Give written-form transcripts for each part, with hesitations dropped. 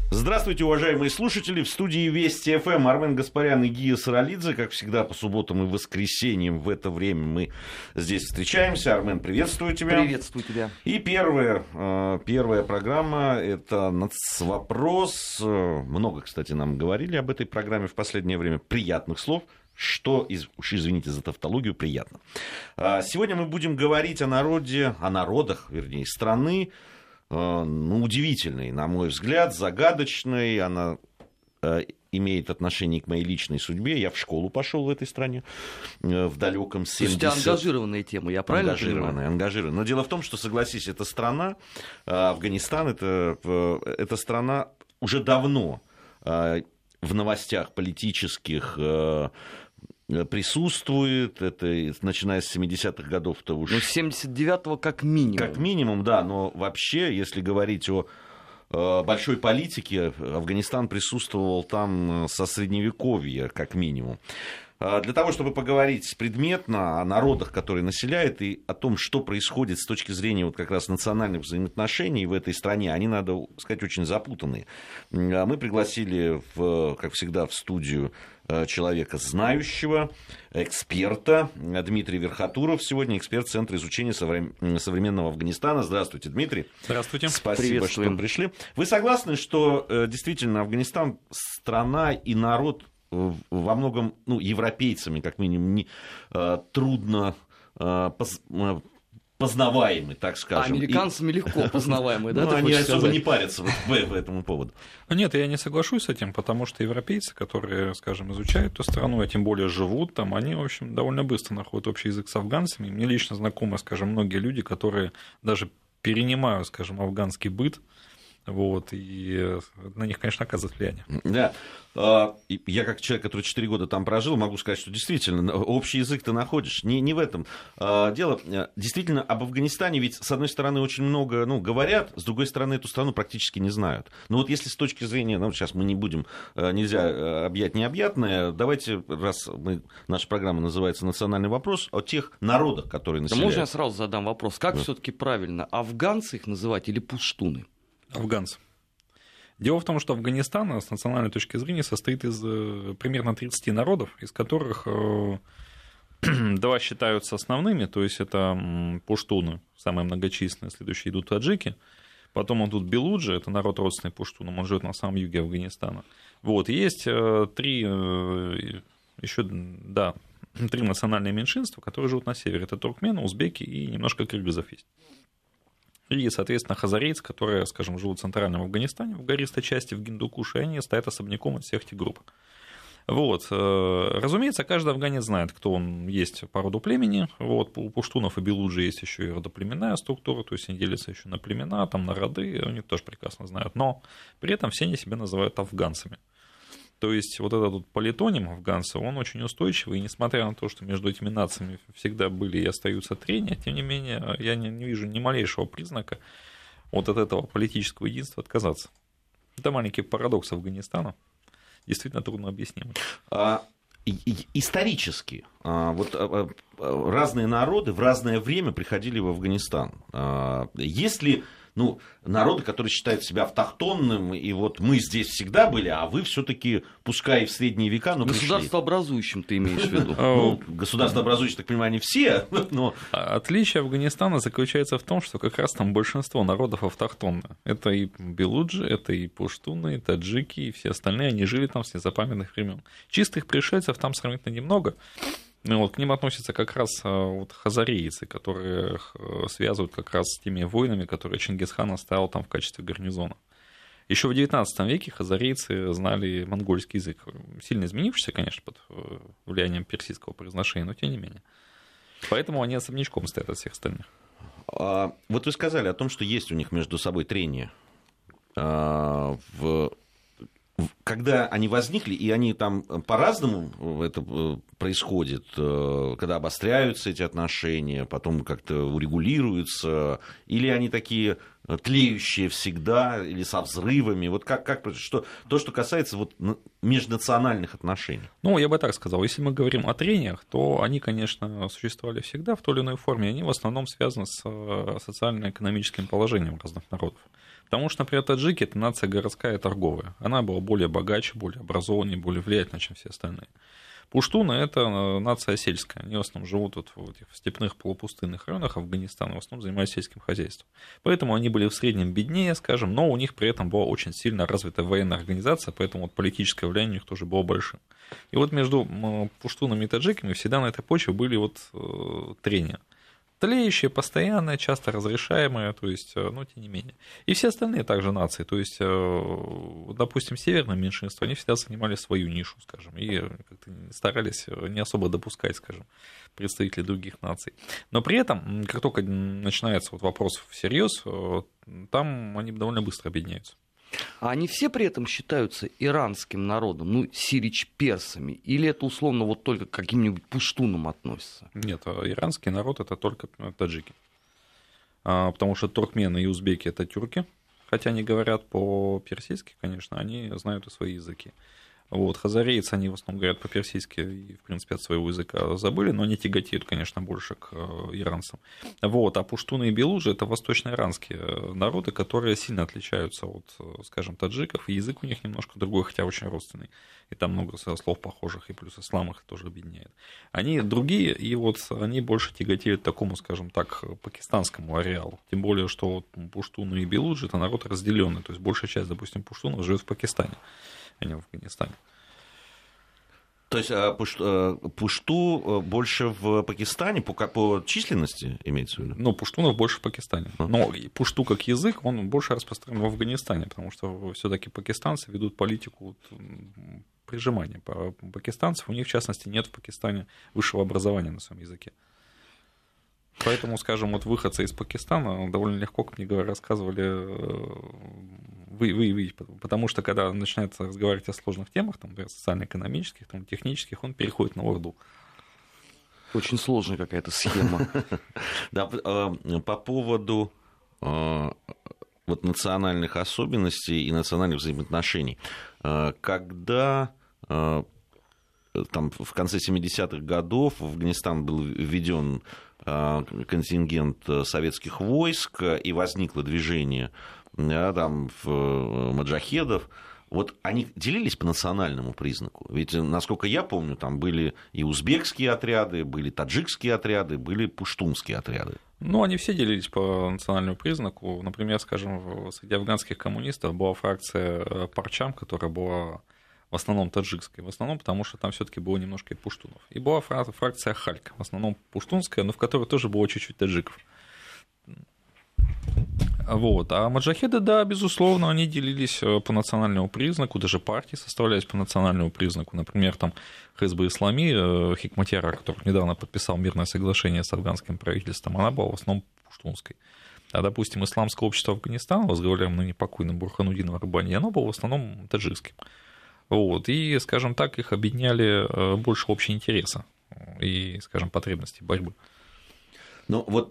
Здравствуйте, уважаемые слушатели. В студии Вести ФМ Армен Гаспарян и Гия Саралидзе. Как всегда, по субботам и воскресеньям в это время мы здесь встречаемся. Армен, приветствую тебя. Приветствую тебя. И первая программа – это «Нацвопрос». Много, кстати, нам говорили об этой программе в последнее время. Приятных слов. Что, уж извините за тавтологию, приятно. Сегодня мы будем говорить о народах страны, удивительной, на мой взгляд, загадочной. Она имеет отношение к моей личной судьбе. Я в школу пошел в этой стране в далеком 70-м. То есть у тебя ангажированная тема, я правильно понимаю? Ангажированная. Но дело в том, что, согласись, эта страна, Афганистан, это страна уже давно в новостях политических присутствует, это начиная с 70-х годов. То уж... с 79-го как минимум. Как минимум, да, но вообще, если говорить о большой политике, Афганистан присутствовал там со Средневековья, как минимум. Для того, чтобы поговорить предметно о народах, которые населяют, и о том, что происходит с точки зрения вот как раз национальных взаимоотношений в этой стране, они, надо сказать, очень запутанные. Мы пригласили, как всегда, в студию человека знающего, эксперта, Дмитрий Верхотуров. Сегодня эксперт Центра изучения современного Афганистана. Здравствуйте, Дмитрий. Здравствуйте. Спасибо, что пришли. Вы согласны, что действительно Афганистан страна и народ во многом, европейцами, как минимум, трудно познаваемый, так скажем. Американцами легко познаваемый, да? Они особо не парятся по этому поводу. Нет, я не соглашусь с этим, потому что европейцы, которые, скажем, изучают эту страну, а тем более живут там, они, в общем, довольно быстро находят общий язык с афганцами. Мне лично знакомы, скажем, многие люди, которые даже перенимают, скажем, афганский быт, и на них, конечно, оказывает влияние. Да. Я, как человек, который 4 года там прожил, могу сказать, что действительно общий язык ты находишь. Не в этом дело. Действительно, об Афганистане ведь, с одной стороны, очень много говорят, с другой стороны, эту страну практически не знают. Но вот если с точки зрения, сейчас мы не будем, нельзя объять необъятное, давайте, раз наша программа называется «Национальный вопрос», о тех народах, которые населяют. Можно я сразу задам вопрос? Как все-таки правильно, афганцы их называть или пуштуны? Афганцы. Дело в том, что Афганистан с национальной точки зрения состоит из примерно 30 народов, из которых 2 считаются основными, то есть это пуштуны, самые многочисленные, следующие идут таджики, потом идут белуджи, это народ родственный пуштунам, он живет на самом юге Афганистана. Есть 3 национальные меньшинства, которые живут на севере, это туркмены, узбеки и немножко кыргызов есть. И, соответственно, хазарейцы, которые, скажем, живут в центральном Афганистане, в гористой части, в Гиндукуше, они стоят особняком от всех этих групп. Разумеется, каждый афганец знает, кто он есть по роду племени. У пуштунов и белуджи есть еще и родоплеменная структура, то есть они делятся еще на племена, на роды, они тоже прекрасно знают. Но при этом все они себя называют афганцами. То есть этот политоним афганцев, он очень устойчивый, и несмотря на то, что между этими нациями всегда были и остаются трения, тем не менее, я не вижу ни малейшего признака от этого политического единства отказаться. Это маленький парадокс Афганистана, действительно трудно объяснимый. Исторически разные народы в разное время приходили в Афганистан. Есть ли народы, которые считают себя автохтонным, и мы здесь всегда были, а вы все-таки, пускай в средние века, но пришли. Государствообразующим ты имеешь в виду? Государствообразующим, так понимаю, не все, но... Отличие Афганистана заключается в том, что как раз там большинство народов автохтонны. Это и белуджи, это и пуштуны, и таджики, и все остальные, они жили там с незапамятных времен. Чистых пришельцев там сравнительно немного. К ним относятся как раз хазарейцы, которые связывают как раз с теми войнами, которые Чингисхан оставил там в качестве гарнизона. Еще в XIX веке хазарейцы знали монгольский язык, сильно изменившийся, конечно, под влиянием персидского произношения, но тем не менее. Поэтому они особнячком стоят от всех остальных. Вы сказали о том, что есть у них между собой трения. Когда они возникли, и они там по-разному это происходит, когда обостряются эти отношения, потом как-то урегулируются, или они такие тлеющие всегда, или со взрывами, то, что касается межнациональных отношений. Я бы так сказал, если мы говорим о трениях, то они, конечно, существовали всегда в той или иной форме, они в основном связаны с социально-экономическим положением разных народов. Потому что, например, таджики – это нация городская и торговая. Она была более богаче, более образованнее, более влиятельна, чем все остальные. Пуштуны – это нация сельская. Они в основном живут вот в этих степных полупустынных районах Афганистана, в основном занимаются сельским хозяйством. Поэтому они были в среднем беднее, скажем, но у них при этом была очень сильно развитая военная организация, поэтому вот политическое влияние у них тоже было большим. И вот между пуштунами и таджиками всегда на этой почве были вот трения. Тлеющие, постоянные, часто разрешаемые, то есть, но тем не менее. И все остальные также нации, то есть, допустим, северное меньшинство, они всегда занимали свою нишу, скажем, и как-то старались не особо допускать, скажем, представителей других наций. Но при этом, как только начинается вот вопрос всерьез, там они довольно быстро объединяются. А они все при этом считаются иранским народом, ну, сирич-персами? Или это условно вот только к каким-нибудь пуштунам относится? Нет, иранский народ – это только таджики. Потому что туркмены и узбеки – это тюрки, хотя они говорят по-персидски, конечно, они знают и свои языки. Вот, хазарейцы, они в основном говорят по-персидски и, в принципе, от своего языка забыли, но они тяготеют, конечно, больше к иранцам. Вот, а пуштуны и белуджи – это восточноиранские народы, которые сильно отличаются от, скажем, таджиков, и язык у них немножко другой, хотя очень родственный, и там много слов похожих, и плюс ислам их тоже объединяет. Они другие, и вот они больше тяготеют к такому, скажем так, пакистанскому ареалу, тем более, что вот пуштуны и белуджи – это народ разделенный, то есть большая часть, допустим, пуштунов живет в Пакистане, а не в Афганистане. То есть пушту больше в Пакистане по численности имеется в виду? Ну, пуштунов больше в Пакистане. Но пушту как язык, он больше распространен в Афганистане, потому что все-таки пакистанцы ведут политику прижимания пакистанцев. У них, в частности, нет в Пакистане высшего образования на своем языке. Поэтому, скажем, вот выходцы из Пакистана довольно легко, как мне рассказывали, выявить, потому что когда начинается разговаривать о сложных темах, там, например, социально-экономических, там, технических, он переходит на урду. Очень сложная какая-то схема. Да, по поводу вот национальных особенностей и национальных взаимоотношений. Когда там, в конце 70-х годов в Афганистан был введен контингент советских войск, и возникло движение там, маджахедов, вот они делились по национальному признаку. Ведь, насколько я помню, там были и узбекские отряды, были таджикские отряды, были пуштунские отряды. Ну, они все делились по национальному признаку. Например, скажем, среди афганских коммунистов была фракция Парчам, которая была в основном таджикской, в основном потому, что там все-таки было немножко и пуштунов. И была фракция Хальк, в основном пуштунская, но в которой тоже было чуть-чуть таджиков. Вот. А маджахеды, да, безусловно, они делились по национальному признаку, даже партии составлялись по национальному признаку. Например, там Хизб Ислами, Хикматьяра, который недавно подписал мирное соглашение с афганским правительством, она была в основном пуштунской. А, допустим, Исламское общество Афганистана, возглавляемое ныне покойным Бурхануддином Арбани, оно было в основном таджикским. Вот. И, скажем так, их объединяли больше общего интереса и, скажем, потребностей борьбы. Ну, вот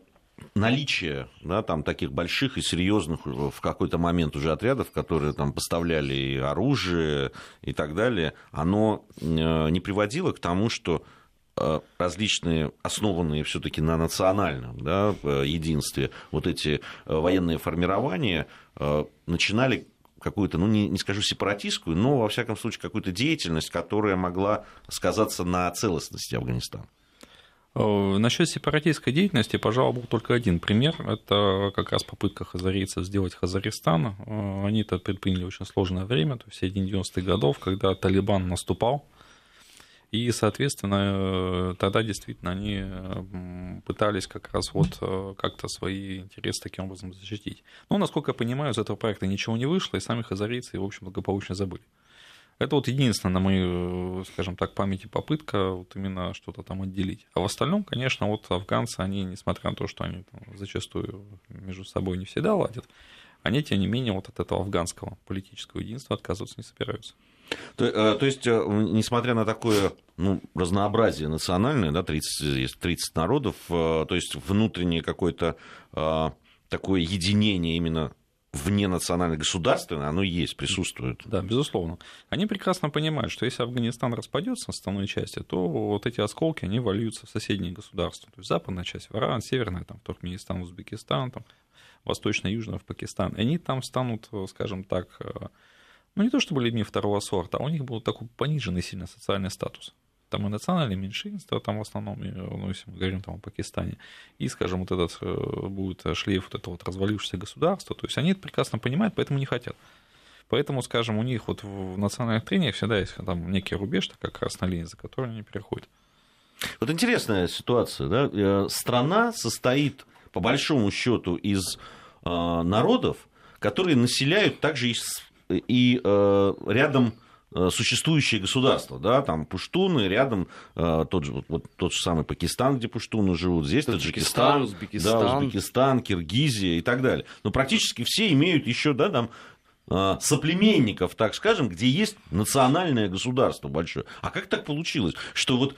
наличие, да, там, таких больших и серьезных в какой-то момент уже отрядов, которые там поставляли и оружие и так далее, оно не приводило к тому, что различные, основанные все-таки на национальном, да, единстве, вот эти военные формирования начинали какую-то, ну, не скажу сепаратистскую, но, во всяком случае, какую-то деятельность, которая могла сказаться на целостности Афганистана. Насчет сепаратистской деятельности, пожалуй, был только один пример. Это как раз попытка хазарийцев сделать Хазаристан. Они это предприняли в очень сложное время, то есть в середине 90-х годов, когда Талибан наступал. И, соответственно, тогда действительно они пытались как раз вот как-то свои интересы таким образом защитить. Но, насколько я понимаю, из этого проекта ничего не вышло, и сами хазарийцы, в общем, благополучно забыли. Это вот единственная, на моей, скажем так, памяти попытка вот именно что-то там отделить. А в остальном, конечно, вот афганцы, они, несмотря на то, что они там зачастую между собой не всегда ладят, они, тем не менее, вот от этого афганского политического единства отказываться не собираются. То есть, несмотря на такое, ну, разнообразие национальное, да, 30 народов, то есть внутреннее какое-то такое единение именно вне национальной государственной, оно есть, присутствует. Да, безусловно. Они прекрасно понимают, что если Афганистан распадется на основной части, то вот эти осколки, они вольются в соседние государства. То есть западная часть в Иран, северная, там, в Туркменистан, Узбекистан, там, восточно-южного в Пакистан. И они там станут, скажем так, ну не то чтобы людьми второго сорта, а у них был такой пониженный сильно социальный статус. Там и национальные меньшинства, там в основном, ну, если мы говорим там о Пакистане, и, скажем, вот этот будет шлейф вот этого вот развалившегося государства, то есть они это прекрасно понимают, поэтому не хотят. Поэтому, скажем, у них вот в национальных трениях всегда есть там некий рубеж, такая красная линия, за которую они переходят. Вот интересная ситуация, да? Страна состоит, по большому счету, из народов, которые населяют также и рядом существующие государства, да, там пуштуны, рядом тот же самый Пакистан, где пуштуны живут, здесь Таджикистан, Узбекистан, Киргизия и так далее. Но практически все имеют еще, да, там соплеменников, так скажем, где есть национальное государство большое. А как так получилось, что вот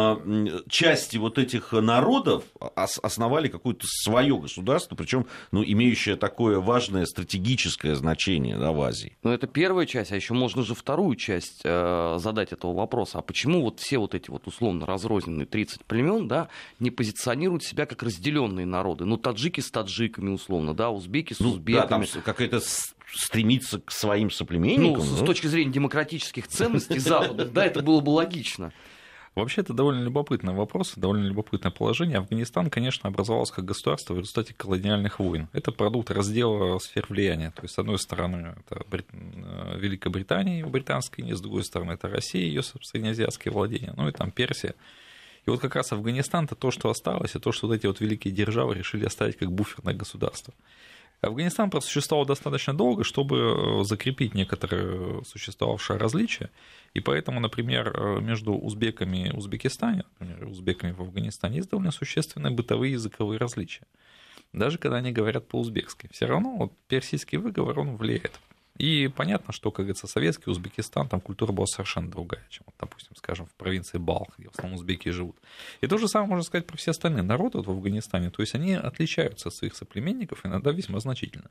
части вот этих народов основали какое-то свое государство, причем, ну, имеющее такое важное стратегическое значение, да, в Азии? Ну, это первая часть, а еще можно же вторую часть задать этого вопроса. А почему вот все вот эти вот условно разрозненные 30 племен, да, не позиционируют себя как разделенные народы? Ну, таджики с таджиками, условно, да, узбеки с узбеками. Да, там какая-то стремиться к своим соплеменникам. Ну, с точки зрения демократических ценностей Запада, да, это было бы логично. Вообще, это довольно любопытный вопрос, довольно любопытное положение. Афганистан, конечно, образовался как государство в результате колониальных войн. Это продукт раздела сфер влияния. То есть, с одной стороны, это Великобритания, британская, с другой стороны, это Россия, ее среднеазиатские владения, ну и там Персия. И вот как раз Афганистан — это то, что осталось, и то, что вот эти вот великие державы решили оставить как буферное государство. Афганистан просуществовал достаточно долго, чтобы закрепить некоторые существовавшие различия, и поэтому, например, между узбеками в Узбекистане, например, и узбеками в Афганистане есть довольно существенные бытовые языковые различия. Даже когда они говорят по-узбекски, все равно вот персидский выговор, он влияет. И понятно, что, как говорится, советский Узбекистан, там культура была совершенно другая, чем, допустим, скажем, в провинции Балх, где в основном узбеки живут. И то же самое можно сказать про все остальные народы вот в Афганистане. То есть они отличаются от своих соплеменников иногда весьма значительно.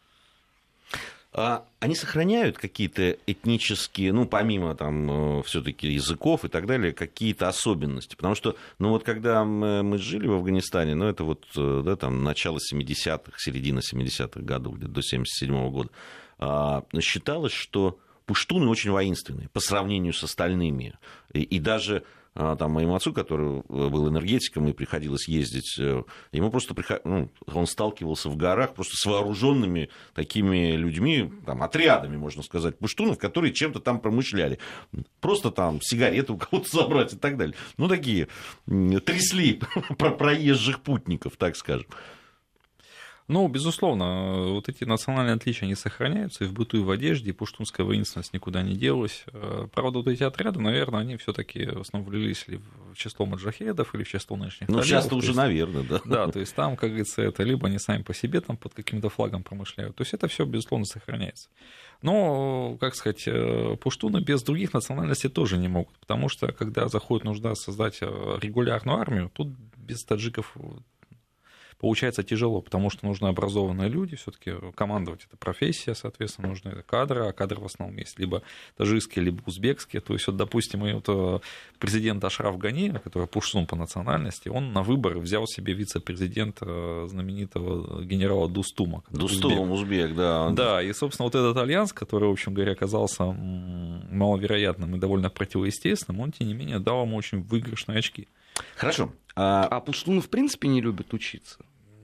Они сохраняют какие-то этнические, ну, помимо там все-таки языков и так далее, какие-то особенности? Потому что, ну, вот когда мы жили в Афганистане, ну, это вот, да, там, начало 70-х, середина 70-х годов, где-то до 77-го года, считалось, что пуштуны очень воинственные по сравнению с остальными. И даже там моему отцу, который был энергетиком, и приходилось ездить, ему просто он сталкивался в горах просто с вооруженными такими людьми, там, отрядами, можно сказать, пуштунов, которые чем-то там промышляли. Просто там сигареты у кого-то забрать и так далее. Ну, такие трясли проезжих путников, так скажем. Ну, безусловно, вот эти национальные отличия, они сохраняются и в быту, и в одежде, и пуштунская воинственность никуда не делась. Правда, вот эти отряды, наверное, они все-таки в основном влились ли в число маджахедов или в число нынешних талибов. Ну, часто уже, наверное, да. Да, то есть там, как говорится, это либо они сами по себе там под каким-то флагом промышляют. То есть это все, безусловно, сохраняется. Но, как сказать, пуштуны без других национальностей тоже не могут, потому что, когда заходит нужда создать регулярную армию, тут без таджиков получается тяжело, потому что нужны образованные люди, все-таки командовать — это профессия, соответственно, нужны кадры, а кадры в основном есть либо таджикские, либо узбекские. То есть, вот, допустим, вот президент Ашраф Гани, который пуштун по национальности, он на выборы взял себе вице-президента знаменитого генерала Дустума. Дустум, узбек, да. Да, и, собственно, вот этот альянс, который, в общем говоря, оказался маловероятным и довольно противоестественным, он, тем не менее, дал ему очень выигрышные очки. Хорошо. А пуштуны, в принципе, не любят учиться.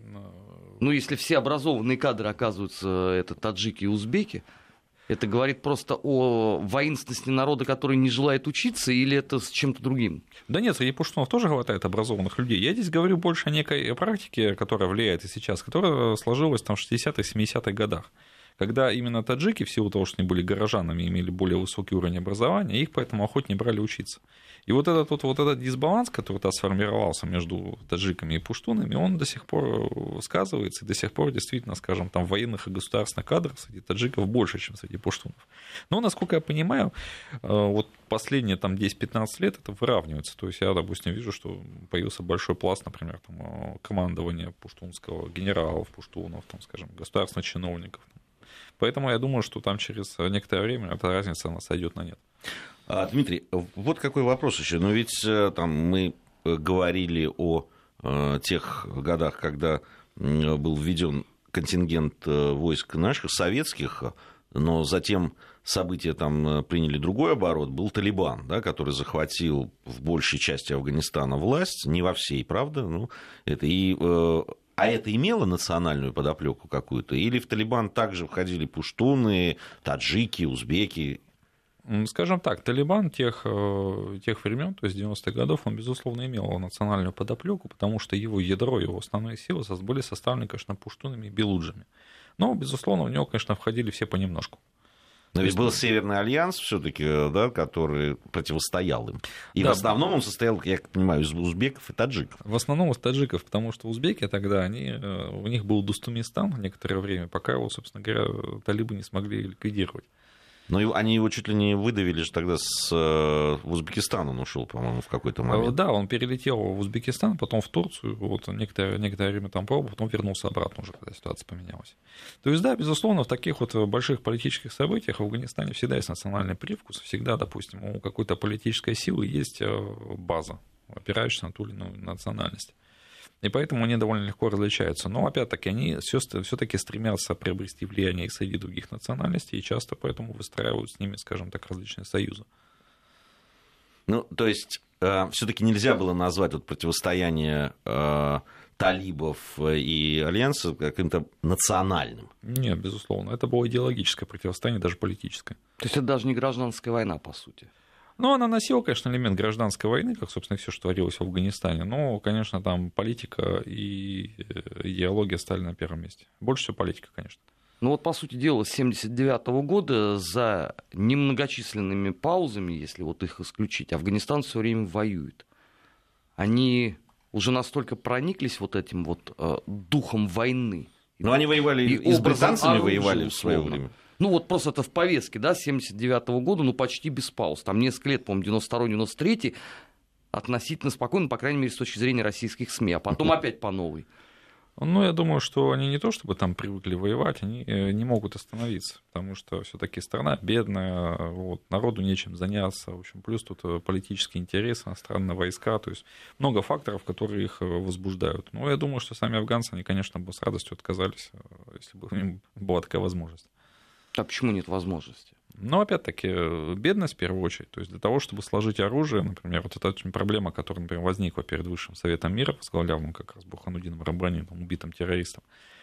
Ну, если все образованные кадры оказываются это таджики и узбеки, это говорит просто о воинственности народа, который не желает учиться, или это с чем-то другим? Да нет, среди пуштунов тоже хватает образованных людей. Я здесь говорю больше о некой практике, которая влияет и сейчас, которая сложилась там в 60-х, 70-х годах, когда именно таджики, в силу того, что они были горожанами и имели более высокий уровень образования, их поэтому охотнее брали учиться. И вот этот дисбаланс, который сформировался между таджиками и пуштунами, он до сих пор сказывается, и до сих пор действительно, скажем, там в военных и государственных кадрах среди таджиков больше, чем среди пуштунов. Но, насколько я понимаю, вот последние там 10-15 лет это выравнивается. То есть я, допустим, вижу, что появился большой пласт, например, там, командования пуштунского, генералов пуштунов, там, скажем, государственных чиновников. Поэтому я думаю, что там через некоторое время эта разница она сойдет на нет. Дмитрий, вот какой вопрос еще. Но ведь там мы говорили о тех годах, когда был введен контингент войск наших, советских, но затем события там приняли другой оборот, был Талибан, да, который захватил в большей части Афганистана власть, не во всей, правда, ну, это а это имело национальную подоплеку какую-то? Или в Талибан также входили пуштуны, таджики, узбеки? Скажем так, Талибан тех времен, то есть 90-х годов, он, безусловно, имел национальную подоплеку, потому что его ядро, его основные силы были составлены, конечно, пуштунами и белуджами. Но, безусловно, в него, конечно, входили все понемножку. Но ведь был Северный альянс все-таки, да, который противостоял им. И да, в основном он состоял, я понимаю, из узбеков и таджиков. В основном из таджиков, потому что узбеки тогда, у них был Дустумистан некоторое время, пока его, собственно говоря, талибы не смогли ликвидировать. Но они его чуть ли не выдавили же тогда в Узбекистан, он ушел, по-моему, в какой-то момент. Да, он перелетел в Узбекистан, потом в Турцию, вот, некоторое время там пробовал, потом вернулся обратно уже, когда ситуация поменялась. То есть, да, безусловно, в таких вот больших политических событиях в Афганистане всегда есть национальный привкус, всегда, допустим, у какой-то политической силы есть база, опирающаяся на ту или иную национальность. И поэтому они довольно легко различаются. Но, опять-таки, они все-таки стремятся приобрести влияние и среди других национальностей, и часто поэтому выстраивают с ними, скажем так, различные союзы. Ну, то есть, все-таки нельзя было назвать вот противостояние талибов и альянса каким-то национальным? Нет, безусловно. Это было идеологическое противостояние, даже политическое. То есть, это даже не гражданская война, по сути? Ну, она носила, конечно, элемент гражданской войны, как, собственно, все, что творилось в Афганистане. Но, конечно, там политика и идеология стали на первом месте. Больше всего политика, конечно. Ну вот, по сути дела, с 1979 года за немногочисленными паузами, если вот их исключить, Афганистан все время воюет. Они уже настолько прониклись вот этим вот духом войны. Но они воевали и с британцами воевали в свое время. Ну вот просто это в повестке, да, с 1979 года, ну почти без пауз. Там несколько лет, по-моему, 92-93 относительно спокойно, по крайней мере, с точки зрения российских СМИ, а потом опять по новой. Ну, я думаю, что они не то чтобы там привыкли воевать, они не могут остановиться, потому что все-таки страна бедная, вот, народу нечем заняться, в общем, плюс тут политические интересы, иностранные войска, то есть много факторов, которые их возбуждают. Но я думаю, что сами афганцы, они, конечно, бы с радостью отказались, если бы у них была такая возможность. А почему нет возможности? Но, опять-таки, бедность в первую очередь. То есть для того, чтобы сложить оружие, например, вот это очень проблема, которая, например, возникла перед Высшим Советом мира, возглавляемым как раз Бурхануддином Раббани, убитым террористом.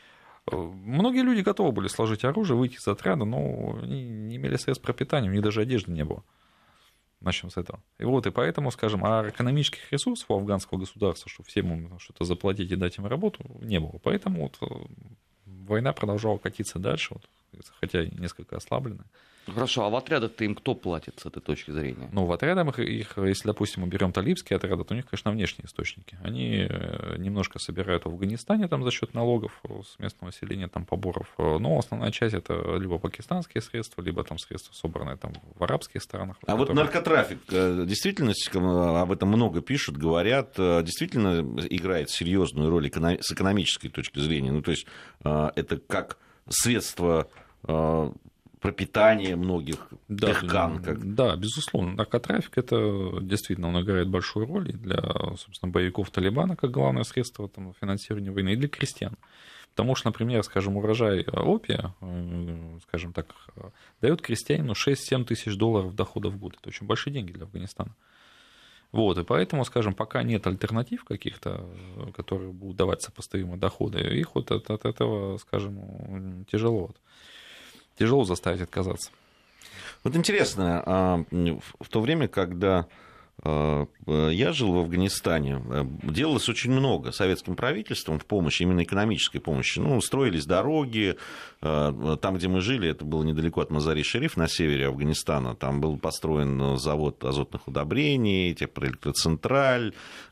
Многие люди готовы были сложить оружие, выйти из отряда, но они не имели средств пропитания, у них даже одежды не было. Начнем с этого. И вот, и поэтому, скажем, экономических ресурсов у афганского государства, чтобы всем им что-то заплатить и дать им работу, не было. Поэтому вот война продолжала катиться дальше, вот, хотя и несколько ослабленная. Хорошо, а в отрядах-то им кто платит с этой точки зрения? Ну, в отрядах их, если, допустим, мы берем талибские отряды, то у них, конечно, внешние источники. Они немножко собирают в Афганистане там, за счет налогов с местного населения, там, поборов, но основная часть это либо пакистанские средства, либо там средства, собранные там, в арабских странах. А вот наркотрафик, действительно, об этом много пишут, говорят, действительно играет серьезную роль с экономической точки зрения. Ну, то есть это как средство пропитание многих дыхкан. Да, безусловно. Наркотрафик, это действительно, он играет большую роль и для, собственно, боевиков Талибана, как главное средство там, финансирования войны, и для крестьян. Потому что, например, скажем, урожай опия, скажем так, дает крестьянину 6-7 тысяч долларов дохода в год. Это очень большие деньги для Афганистана. Вот, и поэтому, скажем, пока нет альтернатив каких-то, которые будут давать сопоставимые доходы, их вот от этого, скажем, тяжело заставить отказаться. Вот интересно, в то время, когда я жил в Афганистане, делалось очень много советским правительством в помощи, именно экономической помощи. Ну, строились дороги, там, где мы жили, это было недалеко от Мазари-Шериф, на севере Афганистана, там был построен завод азотных удобрений, теплоэлектроцентраль.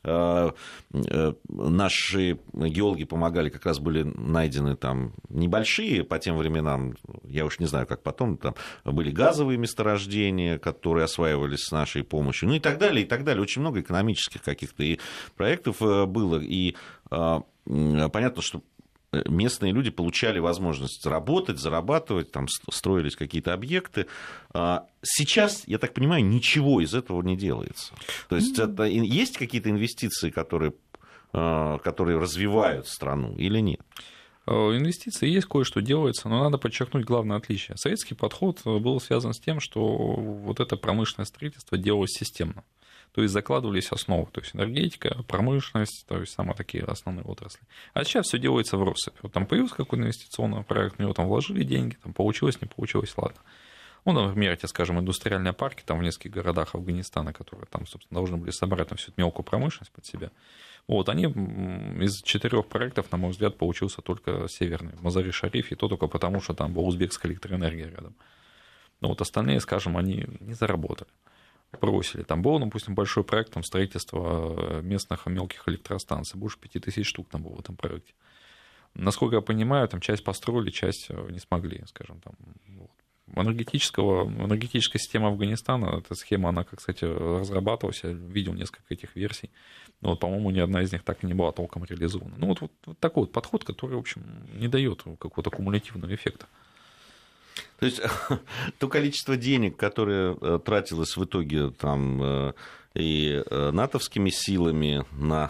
Наши геологи помогали, как раз были найдены там небольшие, по тем временам, я уж не знаю, как потом, там были газовые месторождения, которые осваивались с нашей помощью, ну и так далее, и так далее. Очень много экономических каких-то и проектов было, и понятно, что местные люди получали возможность работать, зарабатывать, там строились какие-то объекты. Сейчас, я так понимаю, ничего из этого не делается. То есть это, есть какие-то инвестиции, которые развивают страну или нет? Инвестиции есть, кое-что делается, но надо подчеркнуть главное отличие. Советский подход был связан с тем, что вот это промышленное строительство делалось системно. То есть закладывались основы, то есть энергетика, промышленность, то есть самые такие основные отрасли. А сейчас все делается в россыпь. Вот там появился какой-то инвестиционный проект, в него там вложили деньги, там получилось, не получилось, ладно. Ну, например, эти, скажем, индустриальные парки там в нескольких городах Афганистана, которые там, собственно, должны были собрать там всю эту мелкую промышленность под себя. Вот, они из 4 проектов, на мой взгляд, получился только северный, Мазари-Шариф, и то только потому, что там была узбекская электроэнергия рядом. Но вот остальные, скажем, они не заработали, бросили. Там был, допустим, большой проект там, строительства местных мелких электростанций, больше 5000 штук там было в этом проекте. Насколько я понимаю, там часть построили, часть не смогли, скажем, там, вот. Энергетическая система Афганистана, эта схема, она, кстати, разрабатывалась, я видел несколько этих версий, но, вот, по-моему, ни одна из них так и не была толком реализована. Ну, вот такой вот подход, который, в общем, не дает какого-то кумулятивного эффекта. То есть то количество денег, которое тратилось в итоге там и натовскими силами на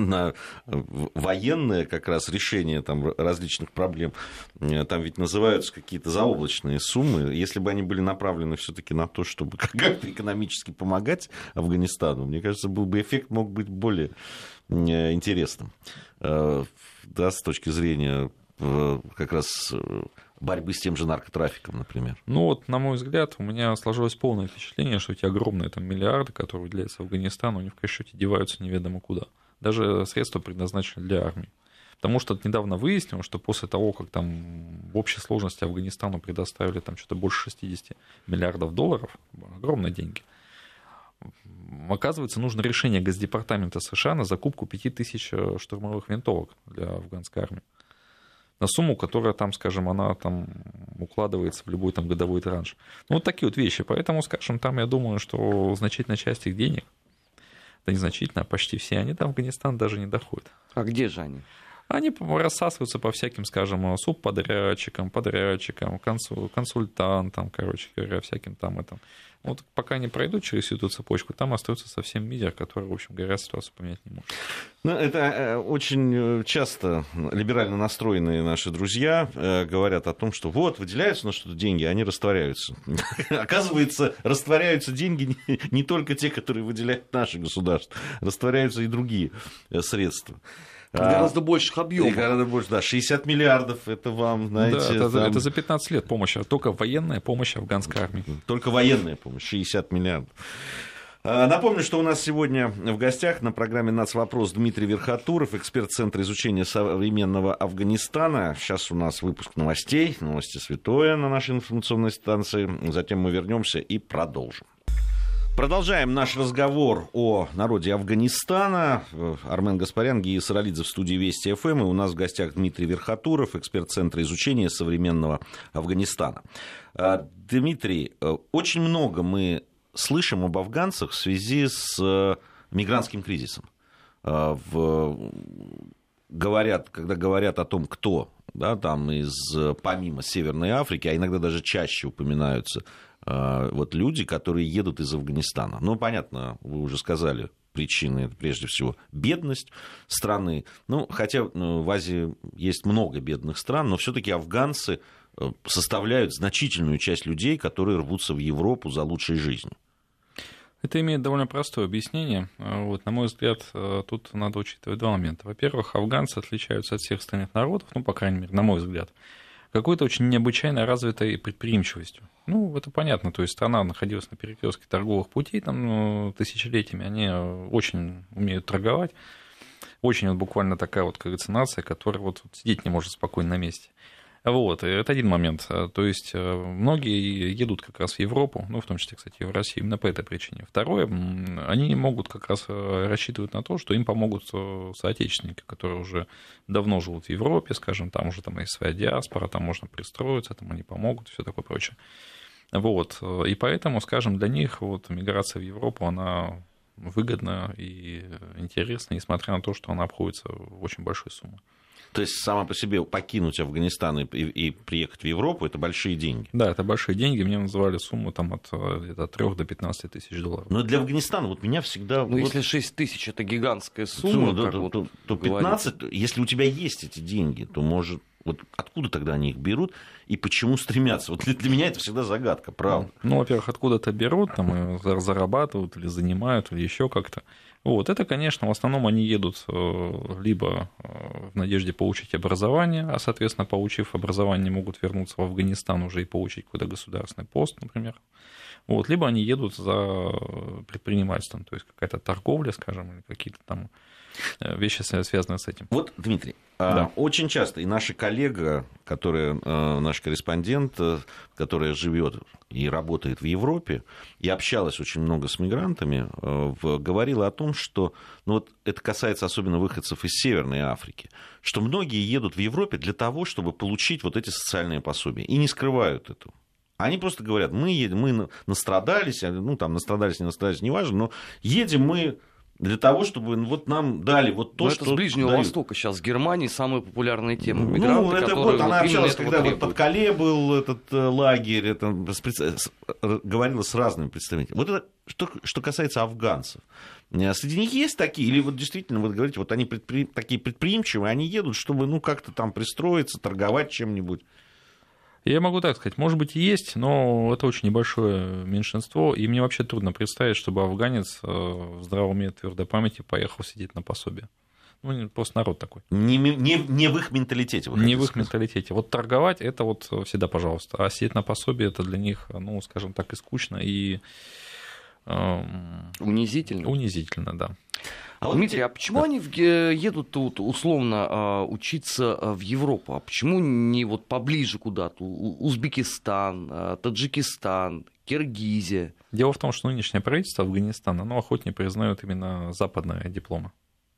военное как раз решение там различных проблем, там ведь называются какие-то заоблачные суммы. Если бы они были направлены все-таки на то, чтобы как-то экономически помогать Афганистану, мне кажется, был бы эффект мог быть более интересным, да, с точки зрения как раз борьбы с тем же наркотрафиком, например. Ну вот, на мой взгляд, у меня сложилось полное впечатление, что эти огромные там миллиарды, которые выделяются Афганистану, они в расчете деваются неведомо куда. Даже средства предназначены для армии. Потому что недавно выяснилось, что после того, как там в общей сложности Афганистану предоставили там что-то больше 60 миллиардов долларов, огромные деньги, оказывается, нужно решение Госдепартамента США на закупку 5000 штурмовых винтовок для афганской армии. На сумму, которая там, скажем, она там укладывается в любой там годовой транш. Ну, вот такие вот вещи. Поэтому, скажем, там, я думаю, что значительная часть их денег, да незначительно, а почти все, они до Афганистана даже не доходят. А где же они? Они рассасываются по всяким, скажем, субподрядчикам, подрядчикам, консультантам, короче говоря, всяким там этом. Вот пока они пройдут через всю эту цепочку, там остается совсем мизер, который, в общем говоря, ситуацию поменять не может. Ну, это очень часто либерально настроенные наши друзья говорят о том, что вот, выделяются на что-то деньги, а они растворяются. Оказывается, растворяются деньги не только те, которые выделяет наше государство, растворяются и другие средства. Гораздо больших объемов. Гораздо больше, да. 60 миллиардов, это вам, знаете... Да, там... это за 15 лет помощь, только военная помощь афганской армии. Только военная помощь, 60 миллиардов. Напомню, что у нас сегодня в гостях на программе «Нацвопрос» Дмитрий Верхотуров, эксперт Центра изучения современного Афганистана. Сейчас у нас выпуск новостей, новости святое на нашей информационной станции. Затем мы вернемся и продолжим. Продолжаем наш разговор о народе Афганистана. Армен Гаспарян, Гия Саралидзе в студии Вести ФМ. И у нас в гостях Дмитрий Верхотуров, эксперт Центра изучения современного Афганистана. Дмитрий, очень много мы слышим об афганцах в связи с мигрантским кризисом. Когда говорят о том, кто, да, там помимо Северной Африки, а иногда даже чаще упоминаются вот люди, которые едут из Афганистана. Ну, понятно, вы уже сказали, причины, это прежде всего бедность страны. Ну, хотя в Азии есть много бедных стран, но все-таки афганцы составляют значительную часть людей, которые рвутся в Европу за лучшей жизнью. Это имеет довольно простое объяснение. Вот, на мой взгляд, тут надо учитывать два момента. Во-первых, афганцы отличаются от всех остальных народов, ну, по крайней мере, на мой взгляд, какой-то очень необычайно развитой предприимчивостью. Ну, это понятно, то есть страна находилась на перекрестке торговых путей там, тысячелетиями, они очень умеют торговать, очень вот буквально такая вот, как говорится, нация, которая вот сидеть не может спокойно на месте. Вот, это один момент. То есть многие едут как раз в Европу, ну, в том числе, кстати, и в Россию, именно по этой причине. Второе, они могут как раз рассчитывать на то, что им помогут соотечественники, которые уже давно живут в Европе, скажем, там уже там есть своя диаспора, там можно пристроиться, там они помогут, все такое прочее. Вот, и поэтому, скажем, для них вот миграция в Европу, она выгодна и интересна, несмотря на то, что она обходится в очень большую сумму. То есть сама по себе покинуть Афганистан и приехать в Европу – это большие деньги. Да, это большие деньги. Мне называли сумму там, от 3 до 15 тысяч долларов. Но для Афганистана вот меня всегда... Ну, если 6 тысяч – это гигантская сумма, то 15, если у тебя есть эти деньги, то, может, Вот откуда тогда они их берут и почему стремятся? Вот для меня это всегда загадка, правда. Ну, во-первых, откуда-то берут, там, зарабатывают или занимают, или еще как-то. Вот, это, конечно, в основном они едут либо в надежде получить образование, а, соответственно, получив образование, могут вернуться в Афганистан уже и получить какой-то государственный пост, например. Вот, либо они едут за предпринимательством, то есть какая-то торговля, скажем, или какие-то там вещи, связанные с этим. Вот, Дмитрий, да. Очень часто и наша коллега, наш корреспондент, которая живет и работает в Европе, и общалась очень много с мигрантами, говорила о том, что, ну вот это касается особенно выходцев из Северной Африки, что многие едут в Европе для того, чтобы получить вот эти социальные пособия, и не скрывают этого. Они просто говорят, мы едем, мы настрадались, ну там настрадались, не настрадались, неважно, но едем мы для того, чтобы вот нам дали вот то, но что это с Ближнего дают. Востока сейчас, в Германии самая популярная тема. Мигранты, ну, это которые вот, она общалась, когда требуют. вот под Кале был этот лагерь, говорила с разными представителями. Вот это что касается афганцев. Среди них есть такие, или вот действительно, вы говорите, вот они такие предприимчивые, они едут, чтобы ну как-то там пристроиться, торговать чем-нибудь. Я могу так сказать, может быть, и есть, но это очень небольшое меньшинство, и мне вообще трудно представить, чтобы афганец в здравом уме, твердой памяти поехал сидеть на пособие. Ну, просто народ такой. Не в их менталитете. Не в их менталитете. Вот торговать, это вот всегда пожалуйста, а сидеть на пособие, это для них, ну, скажем так, и скучно, и... Унизительно. Унизительно, да. Дмитрий, а почему они едут тут условно учиться в Европу? А почему не вот поближе куда-то? Узбекистан, Таджикистан, Киргизия? Дело в том, что нынешнее правительство Афганистана, оно охотнее признает именно западные дипломы.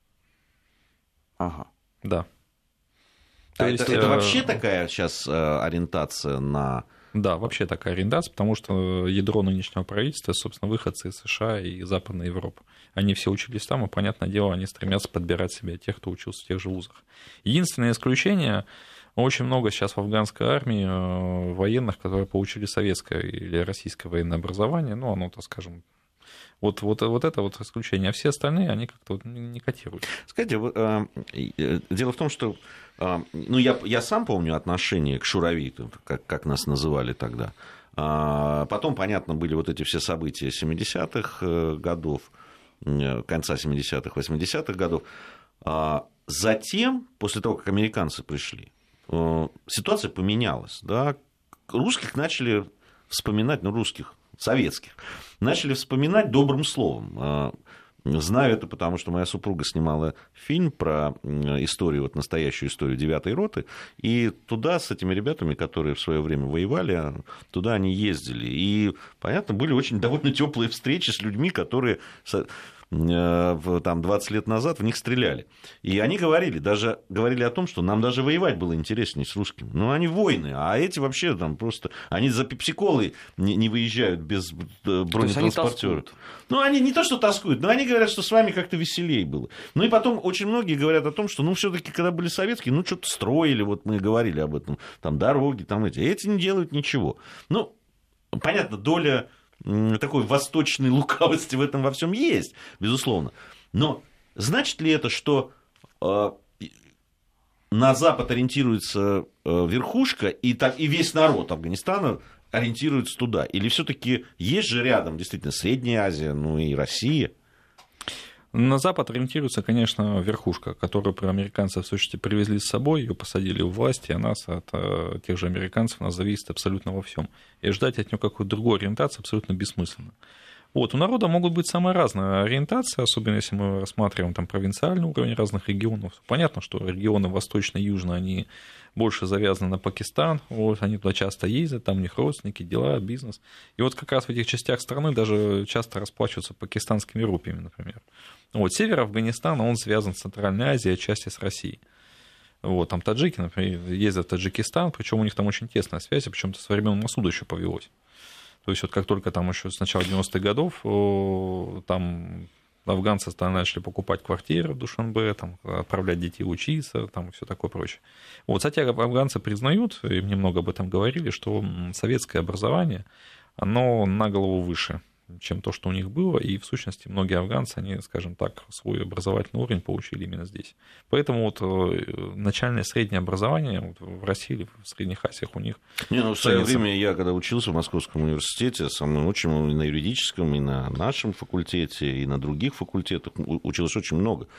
Ага. Да. Это вообще такая сейчас ориентация на... Да, вообще такая ориентация, потому что ядро нынешнего правительства, собственно, выходцы из США и Западной Европы. Они все учились там, и, понятное дело, они стремятся подбирать себе тех, кто учился в тех же вузах. Единственное исключение, очень много сейчас в афганской армии военных, которые получили советское или российское военное образование, ну, оно, так скажем, вот это вот исключение, а все остальные, они как-то вот не котируют. Скажите, дело в том, что ну, я сам помню отношение к шуравитам, как нас называли тогда. Потом, понятно, были вот эти все события 70-х годов, конца 70-х, 80-х годов. Затем, после того, как американцы пришли, ситуация поменялась. Да? Русских начали вспоминать, ну, русских, советских, начали вспоминать добрым словом. Знаю это, потому что моя супруга снимала фильм про историю, вот настоящую историю 9-й роты, и туда с этими ребятами, которые в свое время воевали, туда они ездили. И, понятно, были очень довольно теплые встречи с людьми, которые там 20 лет назад в них стреляли. И они говорили о том, что нам даже воевать было интереснее с русскими. Ну, они воины, а эти вообще там просто... Они за пепси-колой не выезжают без бронетранспортера. Ну, они не то, что тоскуют, но они говорят, что с вами как-то веселее было. Ну, и потом очень многие говорят о том, что, ну, все-таки, когда были советские, ну, что-то строили, вот мы говорили об этом, там, дороги, там эти не делают ничего. Ну, понятно, доля такой восточной лукавости в этом во всем есть, безусловно. Но значит ли это, что на Запад ориентируется верхушка, и весь народ Афганистана ориентируется туда? Или все-таки есть же рядом действительно Средняя Азия, ну и Россия? На Запад ориентируется, конечно, верхушка, которую про американцев в сущности привезли с собой, ее посадили у власти, а нас от тех же американцев нас зависит абсолютно во всем. И ждать от нее какой-то другой ориентации абсолютно бессмысленно. Вот, у народа могут быть самые разные ориентации, особенно если мы рассматриваем там провинциальный уровень разных регионов. Понятно, что регионы восточно и южно, они больше завязаны на Пакистан, вот, они туда часто ездят, там у них родственники, дела, бизнес. И вот как раз в этих частях страны даже часто расплачиваются пакистанскими рупиями, например. Вот, север Афганистана, он связан с Центральной Азией, отчасти с Россией. Вот, там таджики, например, ездят в Таджикистан, причем у них там очень тесная связь, причем-то со времен Масуда еще повелось. То есть вот как только там еще с начала 90-х годов там афганцы начали покупать квартиры в Душанбе, там, отправлять детей учиться, там, и все такое прочее. Вот, кстати, афганцы признают, и мне много об этом говорили, что советское образование, оно на голову выше чем то, что у них было, и в сущности многие афганцы, они, скажем так, свой образовательный уровень получили именно здесь. Поэтому вот начальное среднее образование вот в России или в Средних Азиях у них... В свое время я, когда учился в Московском университете, со мной очень и на юридическом, и на нашем факультете, и на других факультетах училось очень много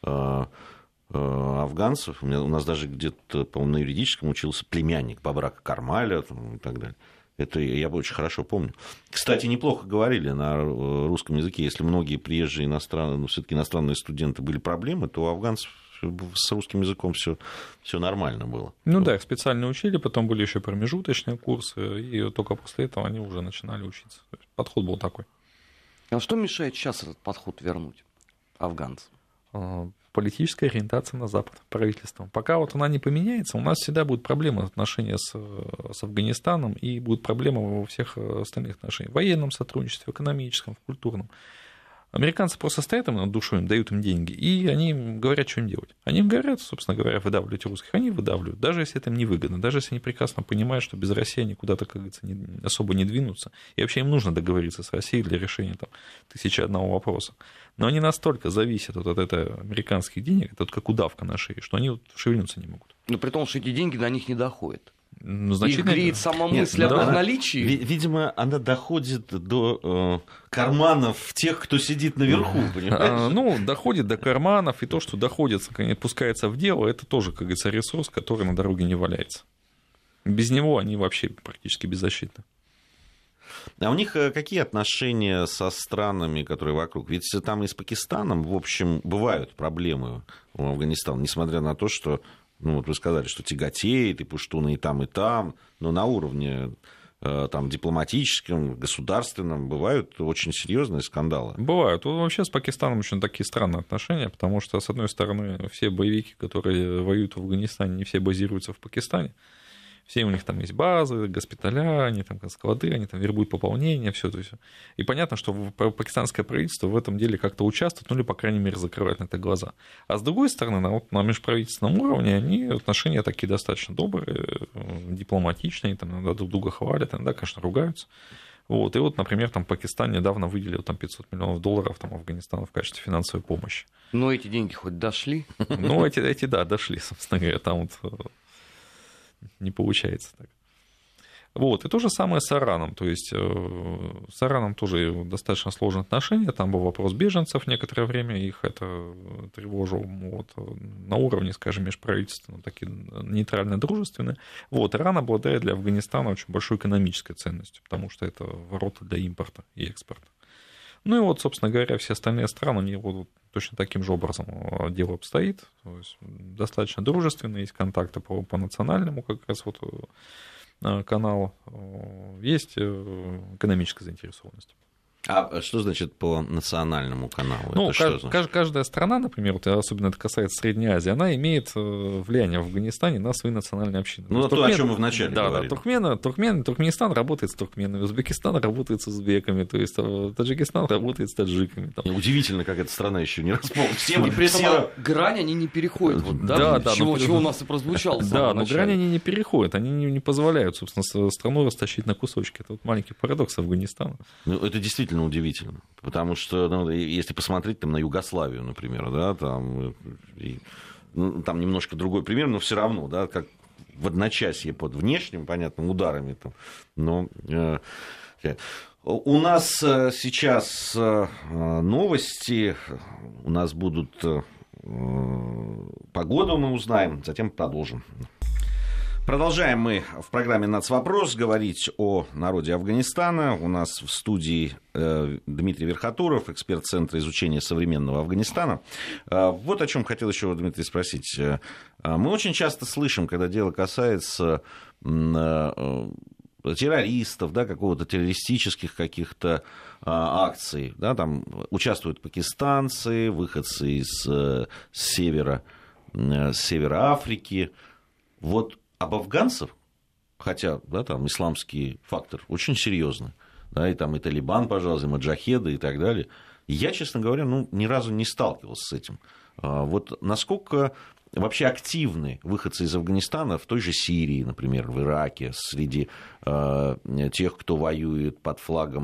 афганцев. У нас даже где-то, по-моему, на юридическом учился племянник Бабрака Кармаля и так далее. Это я бы очень хорошо помню. Кстати, неплохо говорили на русском языке. Если многие приезжие иностранные, все-таки иностранные студенты были проблемы, то у афганцев с русским языком все нормально было. Ну да, их специально учили, потом были еще промежуточные курсы, и только после этого они уже начинали учиться. Подход был такой. А что мешает сейчас этот подход вернуть афганцам? Политическая ориентация на Запад правительством. Пока вот она не поменяется, у нас всегда будут проблемы в отношениях с Афганистаном, и будут проблемы во всех остальных отношениях. В военном сотрудничестве, в экономическом, в культурном. Американцы просто стоят им над душой, дают им деньги, и они им говорят, что им делать. Они им говорят, собственно говоря, выдавливать русских, они выдавливают, даже если это им невыгодно, даже если они прекрасно понимают, что без России они куда-то, как говорится, особо не двинутся, и вообще им нужно договориться с Россией для решения там 1001 вопроса. Но они настолько зависят вот от этого американских денег, это вот как удавка на шее, что они вот шевельнуться не могут. Ну, при том, что эти деньги до них не доходят. Их греет сама мысль об их наличии. Видимо, она доходит до карманов тех, кто сидит наверху, понимаешь? Ну, доходит до карманов, и то, что доходит, пускается в дело, это тоже, как говорится, ресурс, который на дороге не валяется. Без него они вообще практически беззащитны. А у них какие отношения со странами, которые вокруг? Ведь там и с Пакистаном, в общем, бывают проблемы у Афганистана, несмотря на то, что, ну, вот вы сказали, что тяготеет и пуштуны и там, но на уровне там, дипломатическом, государственном бывают очень серьезные скандалы. Бывают. Вообще с Пакистаном очень такие странные отношения, потому что, с одной стороны, все боевики, которые воюют в Афганистане, не все базируются в Пакистане. Все у них там есть базы, госпиталя, они там склады, они там вербуют пополнение, все это. И понятно, что пакистанское правительство в этом деле как-то участвует, ну или, по крайней мере, закрывает на это глаза. А с другой стороны, на межправительственном уровне они отношения такие достаточно добрые, дипломатичные, они там иногда друг друга хвалят, иногда, конечно, ругаются. Вот. И вот, например, там Пакистан недавно выделил там, $500 миллионов там, Афганистану в качестве финансовой помощи. Но эти деньги хоть дошли? Ну, эти да, дошли, собственно говоря, там вот... Не получается так. Вот. И то же самое с Ираном. То есть с Ираном тоже достаточно сложные отношения. Там был вопрос беженцев некоторое время, их это тревожило вот, на уровне, скажем, межправительственном, такие нейтрально-дружественные. Вот. Иран обладает для Афганистана очень большой экономической ценностью, потому что это ворота для импорта и экспорта. Ну и вот, собственно говоря, все остальные страны, они вот точно таким же образом дело обстоит. То есть достаточно дружественные, есть контакты по национальному как раз вот каналу, есть экономическая заинтересованность. А что значит по национальному каналу? Ну, каждая страна, например, вот, особенно это касается Средней Азии, она имеет влияние в Афганистане на свои национальные общины. Ну, то, о чем мы вначале говорили. Туркменистан работает с туркменами, Узбекистан работает с узбеками, то есть Таджикистан работает с таджиками. Там. Удивительно, как эта страна еще не располнилась. И при этом грань они не переходят. Вот, да, чего у нас и прозвучало. Да, но грань они не переходят, они не позволяют, собственно, страну растащить на кусочки. Это вот маленький парадокс Афганистана. Ну, это действительно удивительно, потому что, ну, если посмотреть там, на Югославию, например, да, там немножко другой пример, но все равно, да, как в одночасье под внешним, понятным, ударами. Там, но, у нас сейчас новости, у нас будут погоду, мы узнаем, затем продолжим. Продолжаем мы в программе «Нацвопрос» говорить о народе Афганистана. У нас в студии Дмитрий Верхотуров, эксперт Центра изучения современного Афганистана. Вот о чем хотел еще, Дмитрий, спросить. Мы очень часто слышим, когда дело касается террористов, да, какого-то террористических каких-то акций. Да, там участвуют пакистанцы, выходцы из севера Африки. Вот об афганцев, хотя, да, там исламский фактор очень серьезный, да, и там и Талибан, пожалуйста, и маджахеды и так далее, я, честно говоря, ни разу не сталкивался с этим. Вот насколько вообще активны выходцы из Афганистана в той же Сирии, например, в Ираке, среди тех, кто воюет под флагом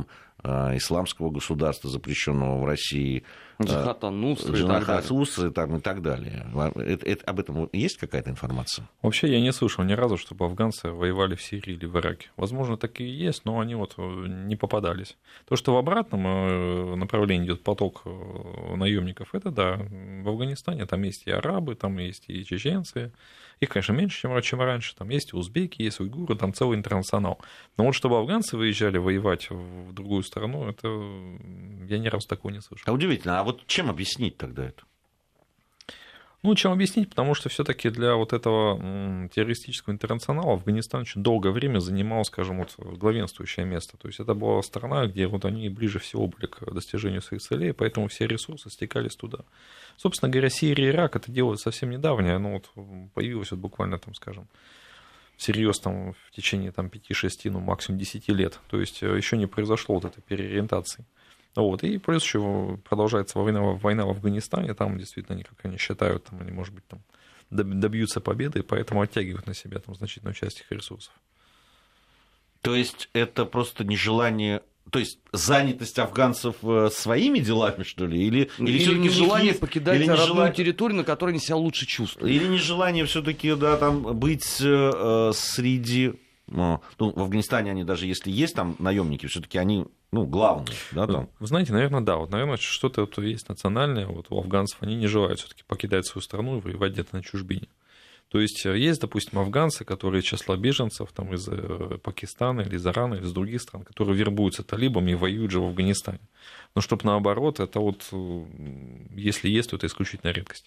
исламского государства, запрещенного в России, Джихад ан-Нусра и так далее. Об этом есть какая-то информация? Вообще я не слышал ни разу, чтобы афганцы воевали в Сирии или в Ираке. Возможно, такие есть, но они вот не попадались. То, что в обратном направлении идет поток наемников, это да. В Афганистане там есть и арабы, там есть и чеченцы. Их, конечно, меньше, чем раньше. Там есть и узбеки, есть уйгуры, там целый интернационал. Но вот чтобы афганцы выезжали воевать в другую страну, это я ни разу такого не слышал. А удивительно, а вот чем объяснить тогда это? Ну, чем объяснить? Потому что все-таки для вот этого террористического интернационала Афганистан очень долгое время занимал, скажем, вот главенствующее место. То есть это была страна, где вот они ближе всего были к достижению своих целей, поэтому все ресурсы стекались туда. Собственно говоря, Сирия и Ирак это делают совсем недавно, оно вот появилось вот буквально, там, скажем, всерьез там, в течение там, 5-6, ну, максимум 10 лет. То есть еще не произошло вот этой переориентации. Вот. И плюс еще продолжается война в Афганистане, там действительно, как они считают, там, они, может быть, там, добьются победы, и поэтому оттягивают на себя там, значительную часть их ресурсов. То есть это просто нежелание, то есть занятость афганцев своими делами, что ли? Или нежелание покидать родную территорию, на которой они себя лучше чувствуют? Или нежелание все-таки, да, там, быть среди... Ну, в Афганистане они даже если есть там наемники, все-таки они, ну, главные, да, там. Вы знаете, наверное, да, вот, наверное, что-то вот есть национальное, вот у афганцев они не желают все-таки покидать свою страну и воевать где-то на чужбине. То есть есть, допустим, афганцы, которые из числа беженцев там, из Пакистана или из Ирана, или из других стран, которые вербуются талибами и воюют же в Афганистане. Но чтобы наоборот, это вот, если есть, то это исключительно редкость.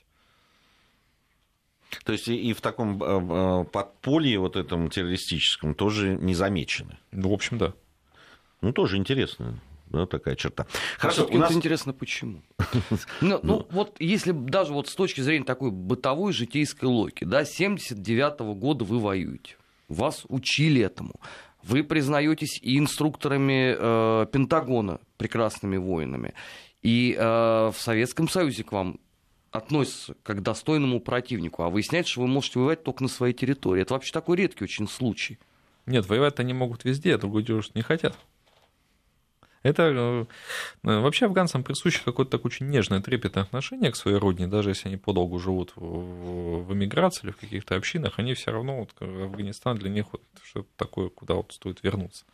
То есть и в таком подполье вот этом террористическом тоже не замечены? Ну, в общем, да. Ну, тоже интересная, да, такая черта. Хорошо, у нас интересно, почему. Ну, вот если даже вот с точки зрения такой бытовой житейской логики, да, 79-го года вы воюете, вас учили этому, вы признаетесь и инструкторами Пентагона, прекрасными воинами, и в Советском Союзе к вам относятся как к достойному противнику, а выясняется, что вы можете воевать только на своей территории. Это вообще такой редкий очень случай. Нет, воевать они могут везде, а другое дело, что не хотят. Это вообще афганцам присуще какое-то такое очень нежное, трепетное отношение к своей родине, даже если они подолгу живут в эмиграции или в каких-то общинах, они все равно, вот, Афганистан для них вот, что-то такое, куда вот стоит вернуться.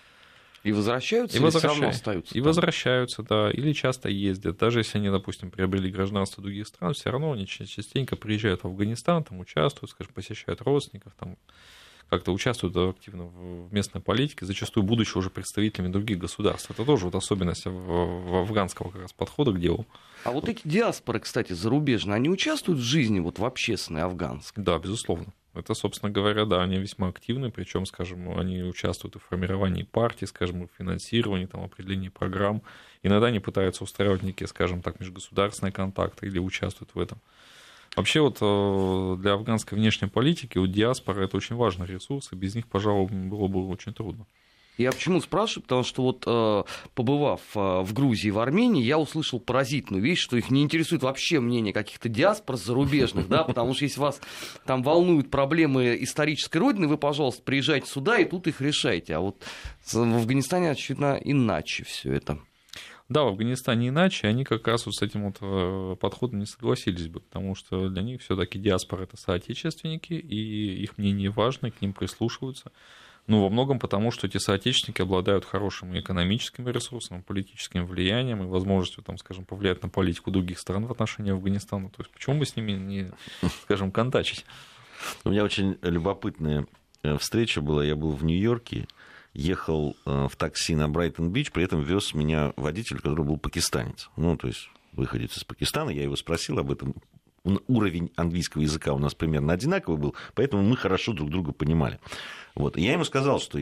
И возвращаются, или все равно остаются? И возвращаются, да, или часто ездят. Даже если они, допустим, приобрели гражданство других стран, все равно они частенько приезжают в Афганистан, там участвуют, скажем, посещают родственников, там как-то участвуют активно в местной политике, зачастую будучи уже представителями других государств. Это тоже вот особенность афганского как раз подхода к делу. А вот эти диаспоры, кстати, зарубежные, они участвуют в жизни вот в общественной афганской? Да, безусловно. Это, собственно говоря, да, они весьма активны, причем, скажем, они участвуют и в формировании партий, скажем, в финансировании, там, определении программ. Иногда они пытаются устраивать некие, скажем так, межгосударственные контакты или участвуют в этом. Вообще вот для афганской внешней политики у диаспоры это очень важный ресурс, и без них, пожалуй, было бы очень трудно. Я почему спрашиваю? Потому что вот побывав в Грузии и в Армении, я услышал поразительную вещь, что их не интересует вообще мнение каких-то диаспор зарубежных, да, потому что если вас там волнуют проблемы исторической родины, вы, пожалуйста, приезжайте сюда и тут их решайте. А вот в Афганистане, очевидно, иначе все это. Да, в Афганистане иначе, они как раз вот с этим вот подходом не согласились бы, потому что для них все-таки диаспора — это соотечественники, и их мнение важно, к ним прислушиваются. Ну, во многом потому, что эти соотечественники обладают хорошим экономическим ресурсом, политическим влиянием и возможностью, там, скажем, повлиять на политику других стран в отношении Афганистана. То есть почему бы с ними не, скажем, контачить? У меня очень любопытная встреча была. Я был в Нью-Йорке, ехал в такси на Брайтон-Бич, при этом вез меня водитель, который был пакистанец. Ну, то есть выходец из Пакистана. Я его спросил об этом. Уровень английского языка у нас примерно одинаковый был, поэтому мы хорошо друг друга понимали. Вот. И я ему сказал, что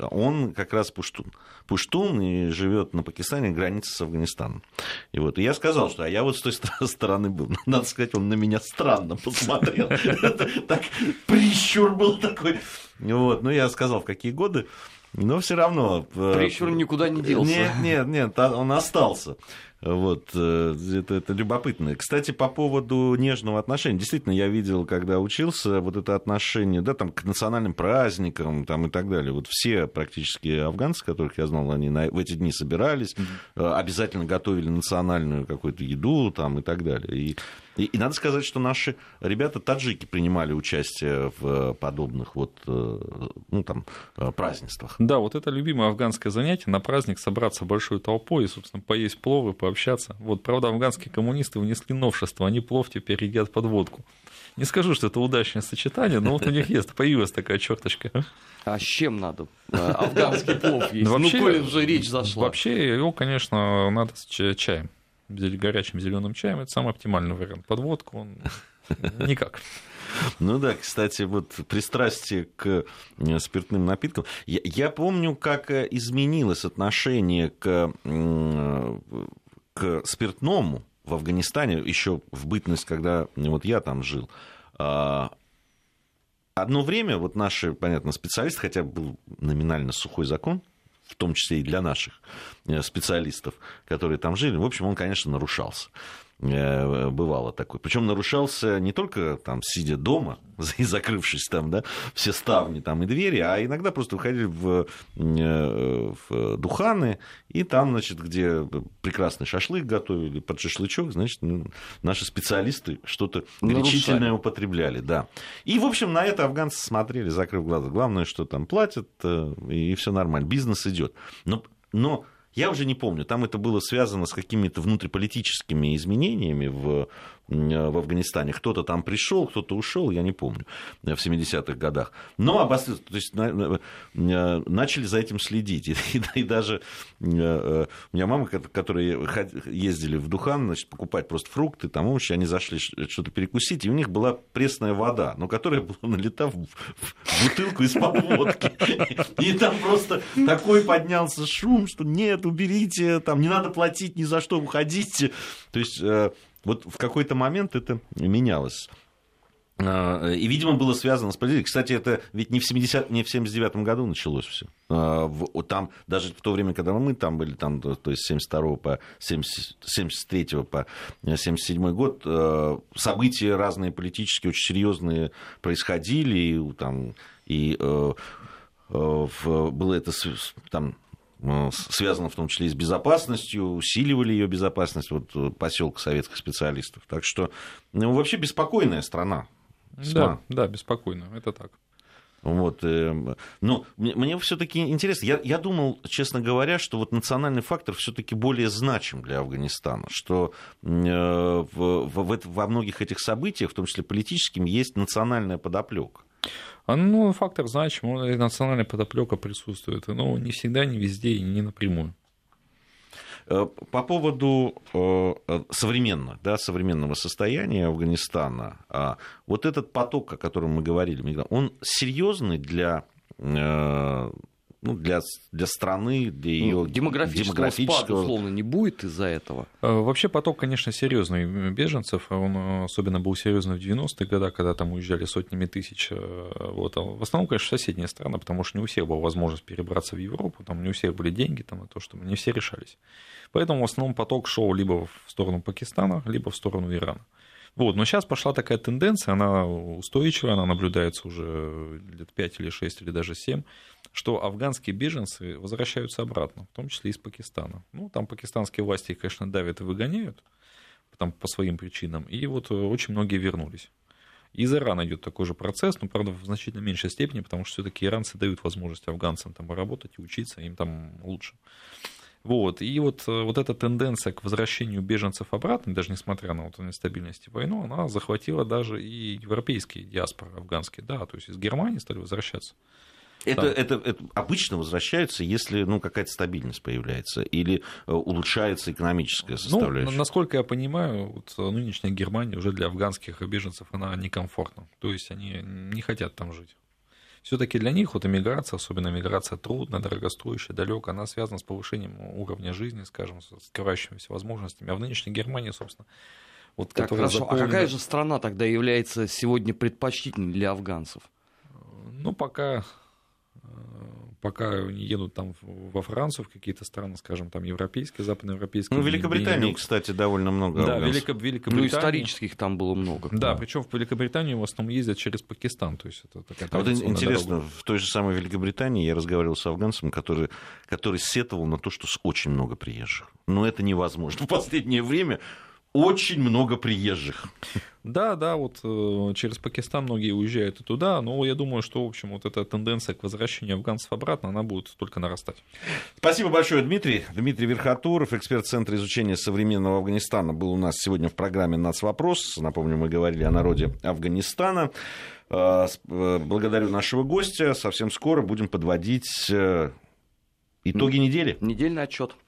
он как раз пуштун и живет на Пакистане, границе с Афганистаном. И вот. И я сказал, что я вот с той стороны был. Надо сказать, он на меня странно посмотрел. Так прищур был такой. Вот. Ну, я сказал, в какие годы. Но все равно... Прищур никуда не делся. Нет, он остался. Вот, это любопытно. Кстати, по поводу нежного отношения. Действительно, я видел, когда учился, вот это отношение, да, там, к национальным праздникам там, и так далее. Вот все практически афганцы, которых я знал, они в эти дни собирались, обязательно готовили национальную какую-то еду там, и так далее. И надо сказать, что наши ребята, таджики, принимали участие в подобных вот, ну, там, празднествах. Да, вот это любимое афганское занятие, на праздник собраться большой толпой и, собственно, поесть плов и пообщаться. Вот, правда, афганские коммунисты внесли новшество, они плов теперь едят под водку. Не скажу, что это удачное сочетание, но вот у них есть, появилась такая черточка. А с чем надо афганский плов есть? Вообще, ну, коли уже речь зашла. Вообще, его, конечно, надо с чаем. Горячим зеленым чаем, это самый оптимальный вариант. Под водку он никак. Ну да, кстати, вот пристрастие к спиртным напиткам. Я помню, как изменилось отношение к спиртному в Афганистане, еще в бытность, когда вот я там жил. Одно время вот наши, понятно, специалисты, хотя был номинально сухой закон, в том числе и для наших специалистов, которые там жили, в общем, он, конечно, нарушался. Бывало такое. Причем нарушался не только там, сидя дома и закрывшись там, да, все ставни там, и двери, а иногда просто выходили в духаны, и там, значит, где прекрасный шашлык готовили, под шашлычок, значит, наши специалисты что-то горячительное употребляли. Да. И, в общем, на это афганцы смотрели, закрыв глаза. Главное, что там платят, и все нормально, бизнес идет. Но я уже не помню, там это было связано с какими-то внутриполитическими изменениями в Афганистане. Кто-то там пришел, кто-то ушел, я не помню, в 70-х годах. Но то есть, начали за этим следить. И даже у меня мама, которые ездили в Духан, значит, покупать просто фрукты, там, овощи, они зашли что-то перекусить, и у них была пресная вода, но которая была налита в бутылку из-под водки. И там просто такой поднялся шум, что нет, уберите, там, не надо платить ни за что, уходите. То есть вот в какой-то момент это менялось. И, видимо, было связано с политикой. Кстати, это ведь не в 79-м году началось все. Там, даже в то время, когда мы там были, там, то есть с 72 по 73 по 77 год, события разные политические, очень серьезные происходили. И было это там связано в том числе и с безопасностью, усиливали ее безопасность, вот поселка советских специалистов. Так что вообще беспокойная страна. Да, беспокойно, это так. Вот, но мне все-таки интересно, я думал, честно говоря, что вот национальный фактор все-таки более значим для Афганистана, что во многих этих событиях, в том числе политическим, есть национальная подоплека. Ну, фактор значим, национальная подоплека присутствует, но не всегда, не везде и не напрямую. По поводу современного состояния Афганистана, вот этот поток, о котором мы говорили, он серьезный для страны, для ее демографического спада, условно, не будет из-за этого? Вообще поток, конечно, серьезный беженцев. Он особенно был серьезный в 90-е годы, когда там уезжали сотнями тысяч. Вот. В основном, конечно, соседние страны, потому что не у всех была возможность перебраться в Европу, там не у всех были деньги там, на то, чтобы не все решались. Поэтому в основном поток шел либо в сторону Пакистана, либо в сторону Ирана. Вот, но сейчас пошла такая тенденция, она устойчивая, она наблюдается уже лет 5 или 6 или даже 7, что афганские беженцы возвращаются обратно, в том числе из Пакистана. Ну, там пакистанские власти их, конечно, давят и выгоняют там, по своим причинам, и вот очень многие вернулись. Из Ирана идет такой же процесс, но, правда, в значительно меньшей степени, потому что все-таки иранцы дают возможность афганцам там работать и учиться, им там лучше. Вот. И вот эта тенденция к возвращению беженцев обратно, даже несмотря на вот нестабильность и войну, она захватила даже и европейские диаспоры афганские. Да, то есть из Германии стали возвращаться. Это обычно возвращаются, если какая-то стабильность появляется или улучшается экономическая составляющая. Ну, насколько я понимаю, вот нынешняя Германия уже для афганских беженцев она некомфортна. То есть они не хотят там жить. Все-таки для них вот эмиграция, особенно эмиграция трудная, дорогостоящая, далекая, она связана с повышением уровня жизни, скажем, с открывающимися возможностями. А в нынешней Германии, собственно, вот так, хорошо. Заполнена... А какая же страна тогда является сегодня предпочтительной для афганцев? Ну, пока пока не едут там во Францию, в какие-то страны, скажем, там европейские, западноевропейские. Ну, в Великобритании, кстати, довольно много. Да, Великобритании. Ну, исторических там было много. Да, причем в Великобританию в основном ездят через Пакистан. То есть это такая вот интересно, дорога. В той же самой Великобритании я разговаривал с афганцем, который сетовал на то, что очень много приезжих. Но это невозможно. В последнее время очень много приезжих. Да, вот через Пакистан многие уезжают и туда, но я думаю, что, в общем, вот эта тенденция к возвращению афганцев обратно, она будет только нарастать. Спасибо большое, Дмитрий. Дмитрий Верхотуров, эксперт Центра изучения современного Афганистана, был у нас сегодня в программе «Нацвопрос». Напомню, мы говорили о народе Афганистана. Благодарю нашего гостя. Совсем скоро будем подводить итоги недели. Недельный отчет.